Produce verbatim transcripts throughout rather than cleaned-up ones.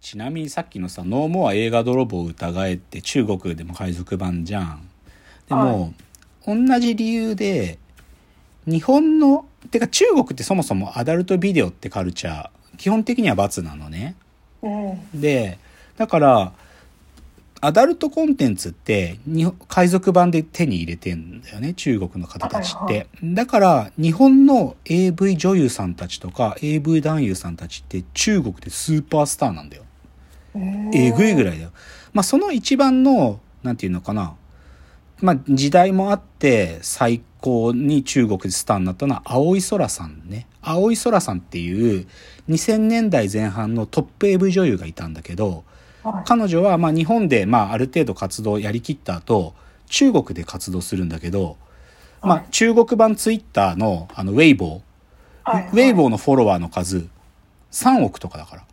ちなみにさっきのさノーモア映画泥棒疑えって中国でも海賊版じゃん。でも、はい、同じ理由で日本のてか中国ってそもそもアダルトビデオってカルチャー基本的には罰なのね、うん、でだからアダルトコンテンツって海賊版で手に入れてんだよね中国の方たちって、はいはい、だから日本の エーブイ 女優さんたちとか エーブイ 男優さんたちって中国でスーパースターなんだよ。えぐいぐらいだよ。まあその一番のなんていうのかな、まあ時代もあって最高に中国でスターになったのは青井空さんね。青井空さんっていうにせんねんだいぜん半のトップ エーブイ 女優がいたんだけど、彼女はまあ日本でまあある程度活動やりきった後中国で活動するんだけど、まあ中国版ツイッターのあのウェイボー、ウェイボーのフォロワーの数さんおくとかだから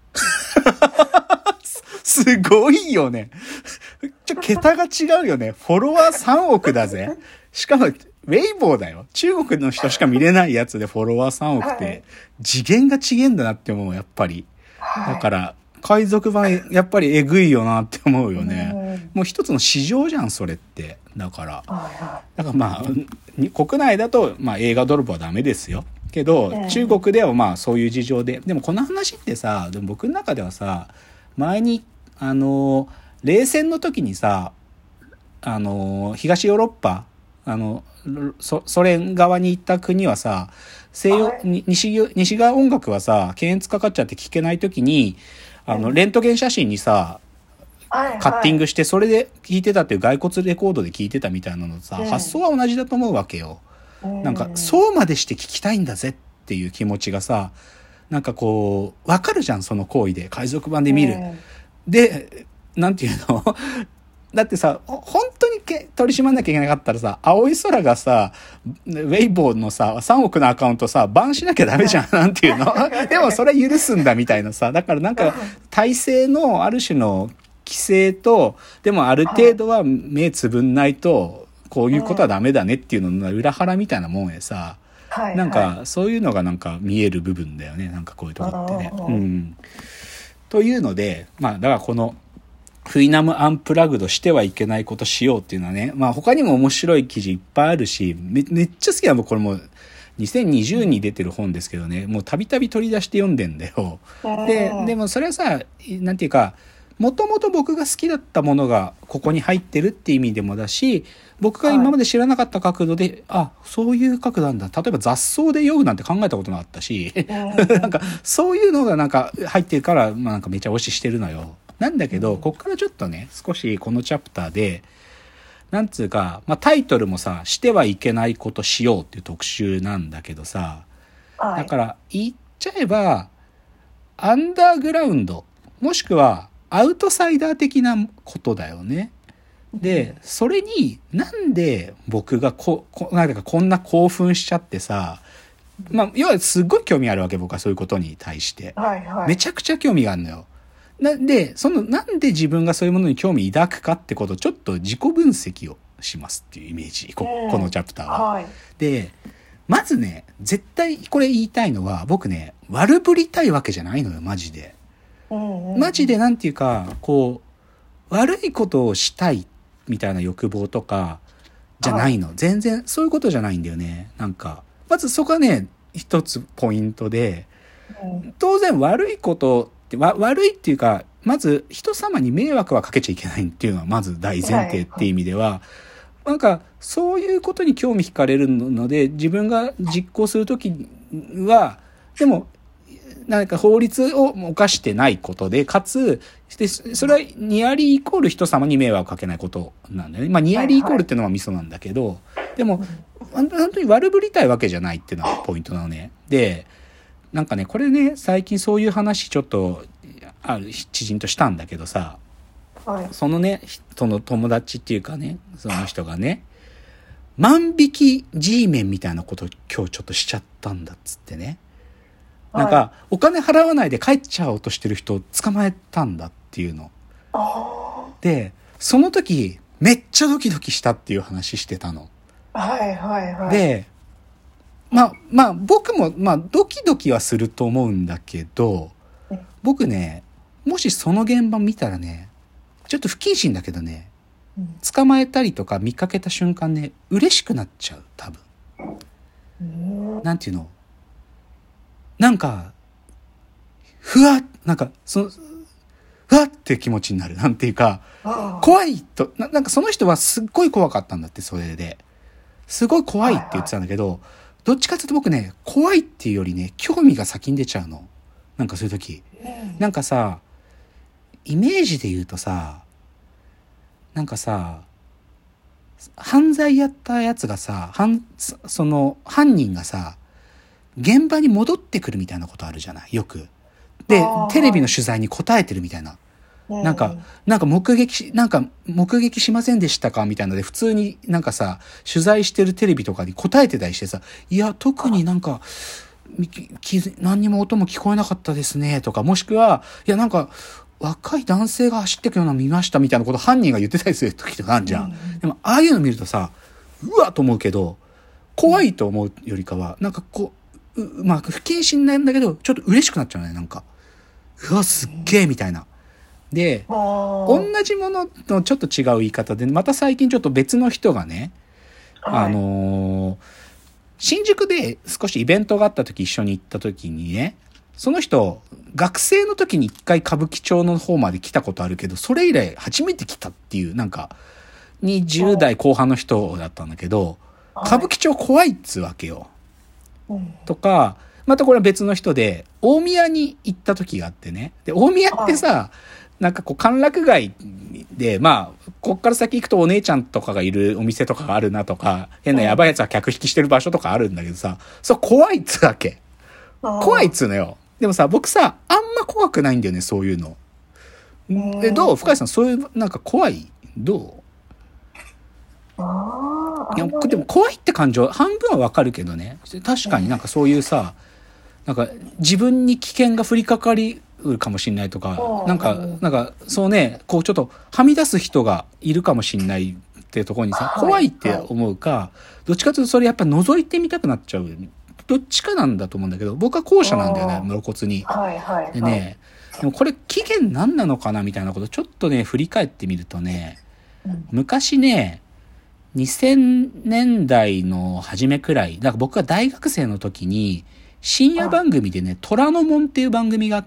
すごいよね。ちょ桁が違うよね。フォロワーさんおくだぜ。しかもウェイボーだよ。中国の人しか見れないやつでフォロワーさんおくって次元が違えんだなって思うやっぱり。だから海賊版やっぱりえぐいよなって思うよね。もう一つの市場じゃんそれって。だからだからまあ国内だとまあ映画泥棒はダメですよけど、中国ではまあそういう事情で。でもこの話ってさ、でも僕の中ではさ、前にあの冷戦の時にさ、あの東ヨーロッパあのソ連側に行った国はさ、西洋西西側音楽はさ検閲かかっちゃって聴けない時にあのレントゲン写真にさ、はいはい、カッティングしてそれで聴いてたっていう骸骨レコードで聴いてたみたいなのさ、うん、発想は同じだと思うわけよ、うん、なんかそうまでして聴きたいんだぜっていう気持ちがさ、なんかこう分かるじゃんその行為で海賊版で見る、うん、でなんていうのだってさ本当に取り締まんなきゃいけなかったらさ、青い空がさウェイボーのささんおくのアカウントさバンしなきゃダメじゃんなんていうのでもそれ許すんだみたいなさ、だからなんか体制のある種の規制と、でもある程度は目つぶんないとこういうことはダメだねっていうのの裏腹みたいなもんへさ、なんかそういうのがなんか見える部分だよね、なんかこういうとこってね、うん、というのでまあだからこのフイナムアンプラグドしてはいけないことしようっていうのはね、まあ他にも面白い記事いっぱいあるし、め, めっちゃ好きな、もうこれもにせんにじゅうに出てる本ですけどね、もうたびたび取り出して読んでんだよ。で、でもそれはさ、なんていうか、もともと僕が好きだったものがここに入ってるって意味でもだし、僕が今まで知らなかった角度で、はい、あ、そういう角度なんだ。例えば雑草で酔うなんて考えたことなかったし、なんかそういうのがなんか入ってるから、まあなんかめちゃ推ししてるのよ。なんだけど、こっからちょっとね、少しこのチャプターで、なんつうか、まあタイトルもさ、してはいけないことしようっていう特集なんだけどさ、はい、だから言っちゃえば、アンダーグラウンド、もしくはアウトサイダー的なことだよね。で、それになんで僕がこ、こなんかこんな興奮しちゃってさ、まあ、要はすっごい興味あるわけ、僕はそういうことに対して。はいはい、めちゃくちゃ興味があるのよ。なんで、その、なんで自分がそういうものに興味抱くかってことをちょっと自己分析をしますっていうイメージ。こ, このチャプターは、はい。で、まずね、絶対これ言いたいのは、僕ね、悪ぶりたいわけじゃないのよ、マジで。マジでなんていうか、こう、悪いことをしたいみたいな欲望とか、じゃないの。はい、全然そういうことじゃないんだよね。なんか、まずそこがね、一つポイントで、当然悪いことわ悪いっていうか、まず人様に迷惑はかけちゃいけないっていうのはまず大前提っていう意味では、なんかそういうことに興味惹かれるので、自分が実行するときはでもなんか法律を犯してないことで、かつでそれはニアリーイコール人様に迷惑をかけないことなんだよね。まあニアリーイコールっていうのはミソなんだけど、でも本当に悪ぶりたいわけじゃないっていうのがポイントなのね。でなんかね、これね、最近そういう話ちょっと、ある知人としたんだけどさ、はい、そのね、その友達っていうかね、その人がね、万引き G メンみたいなことを今日ちょっとしちゃったんだっつってね。なんか、はい、お金払わないで帰っちゃおうとしてる人を捕まえたんだっていうの。で、その時、めっちゃドキドキしたっていう話してたの。はいはいはい。で、まあまあ僕もまあドキドキはすると思うんだけど、僕ねもしその現場見たらね、ちょっと不謹慎だけどね、捕まえたりとか見かけた瞬間ね、嬉しくなっちゃう、多分。なんていうの、なんかふわっ、なんかそのふわって気持ちになる、なんていうか、怖いと な, なんかその人はすっごい怖かったんだって。それですごい怖いって言ってたんだけど、どっちかっていうと僕ね、怖いっていうよりね、興味が先に出ちゃうの。なんかそういう時、なんかさ、イメージで言うとさ、なんかさ、犯罪やったやつがさ、犯その犯人がさ、現場に戻ってくるみたいなことあるじゃない、よく。で、テレビの取材に答えてるみたいな。なんか、なんか目撃し、なんか目撃しませんでしたかみたいなので、普通になんかさ、取材してるテレビとかに答えてたりしてさ、いや、特になんか、何にも音も聞こえなかったですね、とか、もしくは、いや、なんか、若い男性が走ってくようなの見ましたみたいなこと犯人が言ってたりする時とかあるじゃん。うん、でも、ああいうの見るとさ、うわと思うけど、怖いと思うよりかは、なんかこう、うまあ、不謹慎なんだけど、ちょっと嬉しくなっちゃうね、なんか。うわ、すっげえ、みたいな。で、同じもののちょっと違う言い方で、また最近ちょっと別の人がね、はい、あのー、新宿で少しイベントがあった時、一緒に行った時にね、その人、学生の時に一回歌舞伎町の方まで来たことあるけど、それ以来初めて来たっていう、なんか、にじゅう代後半の人だったんだけど、歌舞伎町怖いっつうわけよ。はい、とか、またこれは別の人で、大宮に行った時があってね。で、大宮ってさ、はい、なんかこう、歓楽街で、まあ、こっから先行くとお姉ちゃんとかがいるお店とかがあるなとか、変なやばいやつが客引きしてる場所とかあるんだけどさ、そう怖いっつうわけ。怖いっつうのよ。でもさ、僕さ、あんま怖くないんだよね、そういうの。え、どう？深井さん、そういう、なんか怖い？どう？いや、でも怖いって感情、半分はわかるけどね。確かになんかそういうさ、なんか自分に危険が降りかかりうるかもしれないとか、なんか、なんかそうね、こうちょっとはみ出す人がいるかもしれないっていうところにさ、怖いって思うか、どっちかというとそれやっぱ覗いてみたくなっちゃう。どっちかなんだと思うんだけど、僕は後者なんだよね、無露骨に。でね、でもこれ期限何なのかなみたいなことちょっとね、振り返ってみるとね、昔ね、にせんねんだいの初めくらい、だから僕が大学生の時に、深夜番組でね、虎ノ門っていう番組があって、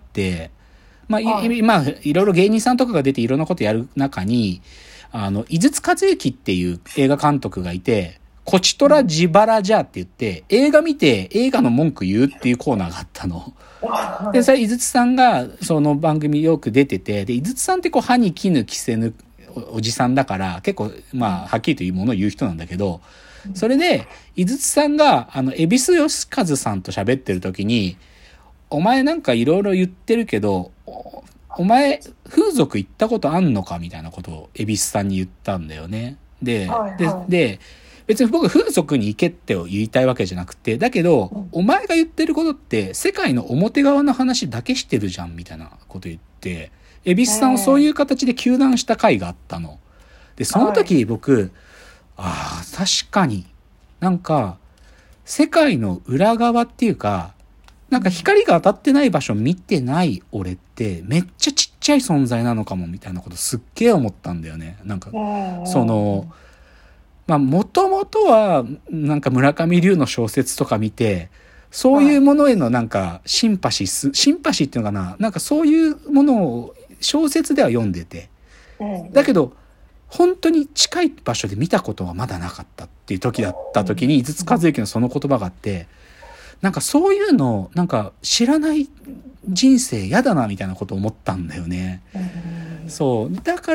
まあ、い、まあ、いろいろ芸人さんとかが出ていろんなことやる中に、あの、井筒和幸っていう映画監督がいて、こちとら自腹じゃって言って、映画見て映画の文句言うっていうコーナーがあったの。で、それ井筒さんがその番組よく出てて、で、井筒さんってこう歯に衣着せぬおじさんだから、結構、まあ、はっきりというものを言う人なんだけど、それで、井筒さんが、あの、恵比寿義和さんと喋ってる時に、お前なんかいろいろ言ってるけど、お, お前、風俗行ったことあんのかみたいなことを恵比寿さんに言ったんだよね。で、はいはい、で、で、別に僕風俗に行けって言いたいわけじゃなくて、だけど、うん、お前が言ってることって世界の表側の話だけしてるじゃんみたいなこと言って、恵比寿さんをそういう形で糾弾した回があったの。で、その時僕、はい、ああ、確かに、なんか、世界の裏側っていうか、なんか光が当たってない場所見てない俺って、めっちゃちっちゃい存在なのかもみたいなことすっげえ思ったんだよね。なんか、その、まあ、もともとは、なんか村上龍の小説とか見て、そういうものへのなんか、シンパシーす、シンパシーっていうのかな、なんかそういうものを小説では読んでて、だけど、本当に近い場所で見たことはまだなかったっていう時だった時に、井筒和幸のその言葉があって、なんかそういうの、なんか知らない人生嫌だなみたいなことを思ったんだよね。そう。だから、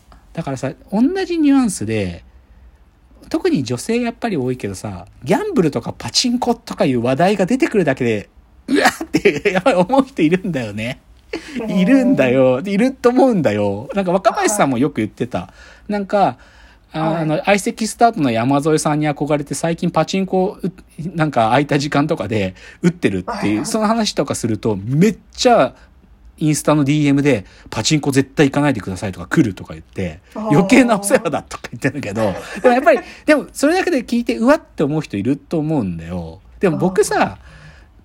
だからさ、同じニュアンスで、特に女性やっぱり多いけどさ、ギャンブルとかパチンコとかいう話題が出てくるだけで、うわってやっぱり思う人いるんだよね。いるんだよ。いると思うんだよ。なんか若林さんもよく言ってた。なんか、あの、相席スタートの山添さんに憧れて最近パチンコ、なんか空いた時間とかで打ってるっていう、その話とかするとめっちゃインスタの ディーエム でパチンコ絶対行かないでくださいとか来るとか言って、余計なお世話だとか言ってるけど、でもやっぱり、でもそれだけで聞いてうわって思う人いると思うんだよ。でも僕さ、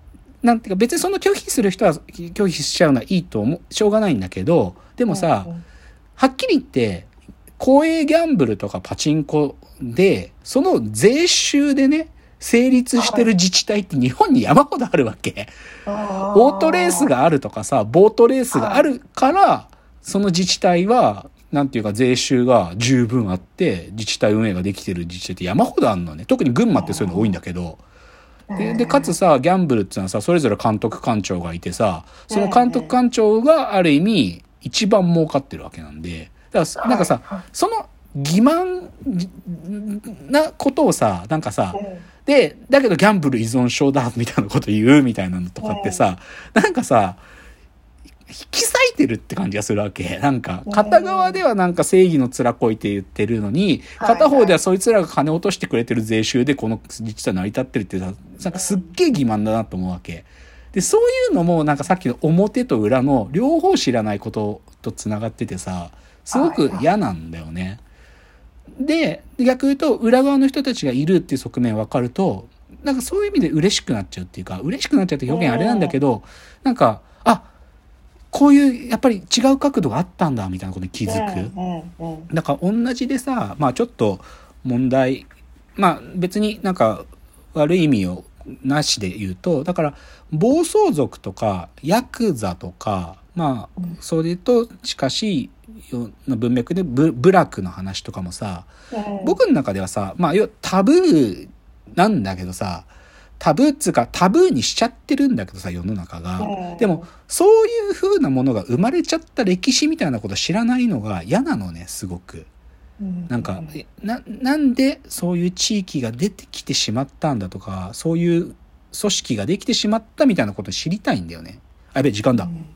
なんていうか別にその拒否する人は拒否しちゃうのはいいと思う、しょうがないんだけど、でもさ、うんうん、はっきり言って、公営ギャンブルとかパチンコで、その税収でね、成立してる自治体って日本に山ほどあるわけ。オートレースがあるとかさ、ボートレースがあるから、その自治体は、なんていうか税収が十分あって、自治体運営ができてる自治体って山ほどあるのね。特に群馬ってそういうの多いんだけど。で、でかつさ、ギャンブルっていうのはさ、それぞれ監督官庁がいてさ、その監督官庁がある意味、一番儲かってるわけなんで、だからなんかさ、その欺瞞なことをさ、なんかさ、で、だけどギャンブル依存症だみたいなこと言うみたいなのとかってさ、なんかさ、引き裂いてるって感じがするわけ。なんか、片側ではなんか正義の面こいて言ってるのに、片方ではそいつらが金落としてくれてる税収でこの自治体成り立ってるってさ、なんかすっげえ欺瞞だなと思うわけ。で、そういうのもなんかさっきの表と裏の両方知らないことと繋がっててさ、すごく嫌なんだよね。で、逆言うと裏側の人たちがいるっていう側面分かると、なんかそういう意味で嬉しくなっちゃうっていうか、嬉しくなっちゃうって表現あれなんだけど、なんか、あ、こういうやっぱり違う角度があったんだみたいなことに気づく。だから同じでさ、まあちょっと問題、まあ別になんか悪い意味をなしで言うと、だから暴走族とかヤクザとか、まあそれと近しいような文脈でブブラックの話とかもさ、僕の中ではさ、まあ要はタブーなんだけどさ、タブーっつうかタブーにしちゃってるんだけどさ、世の中が。でもそういう風なものが生まれちゃった歴史みたいなこと知らないのが嫌なのね、すごく。なんかななんでそういう地域が出てきてしまったんだとか、そういう組織ができてしまったみたいなことを知りたいんだよね。あ、やべえ時間だ。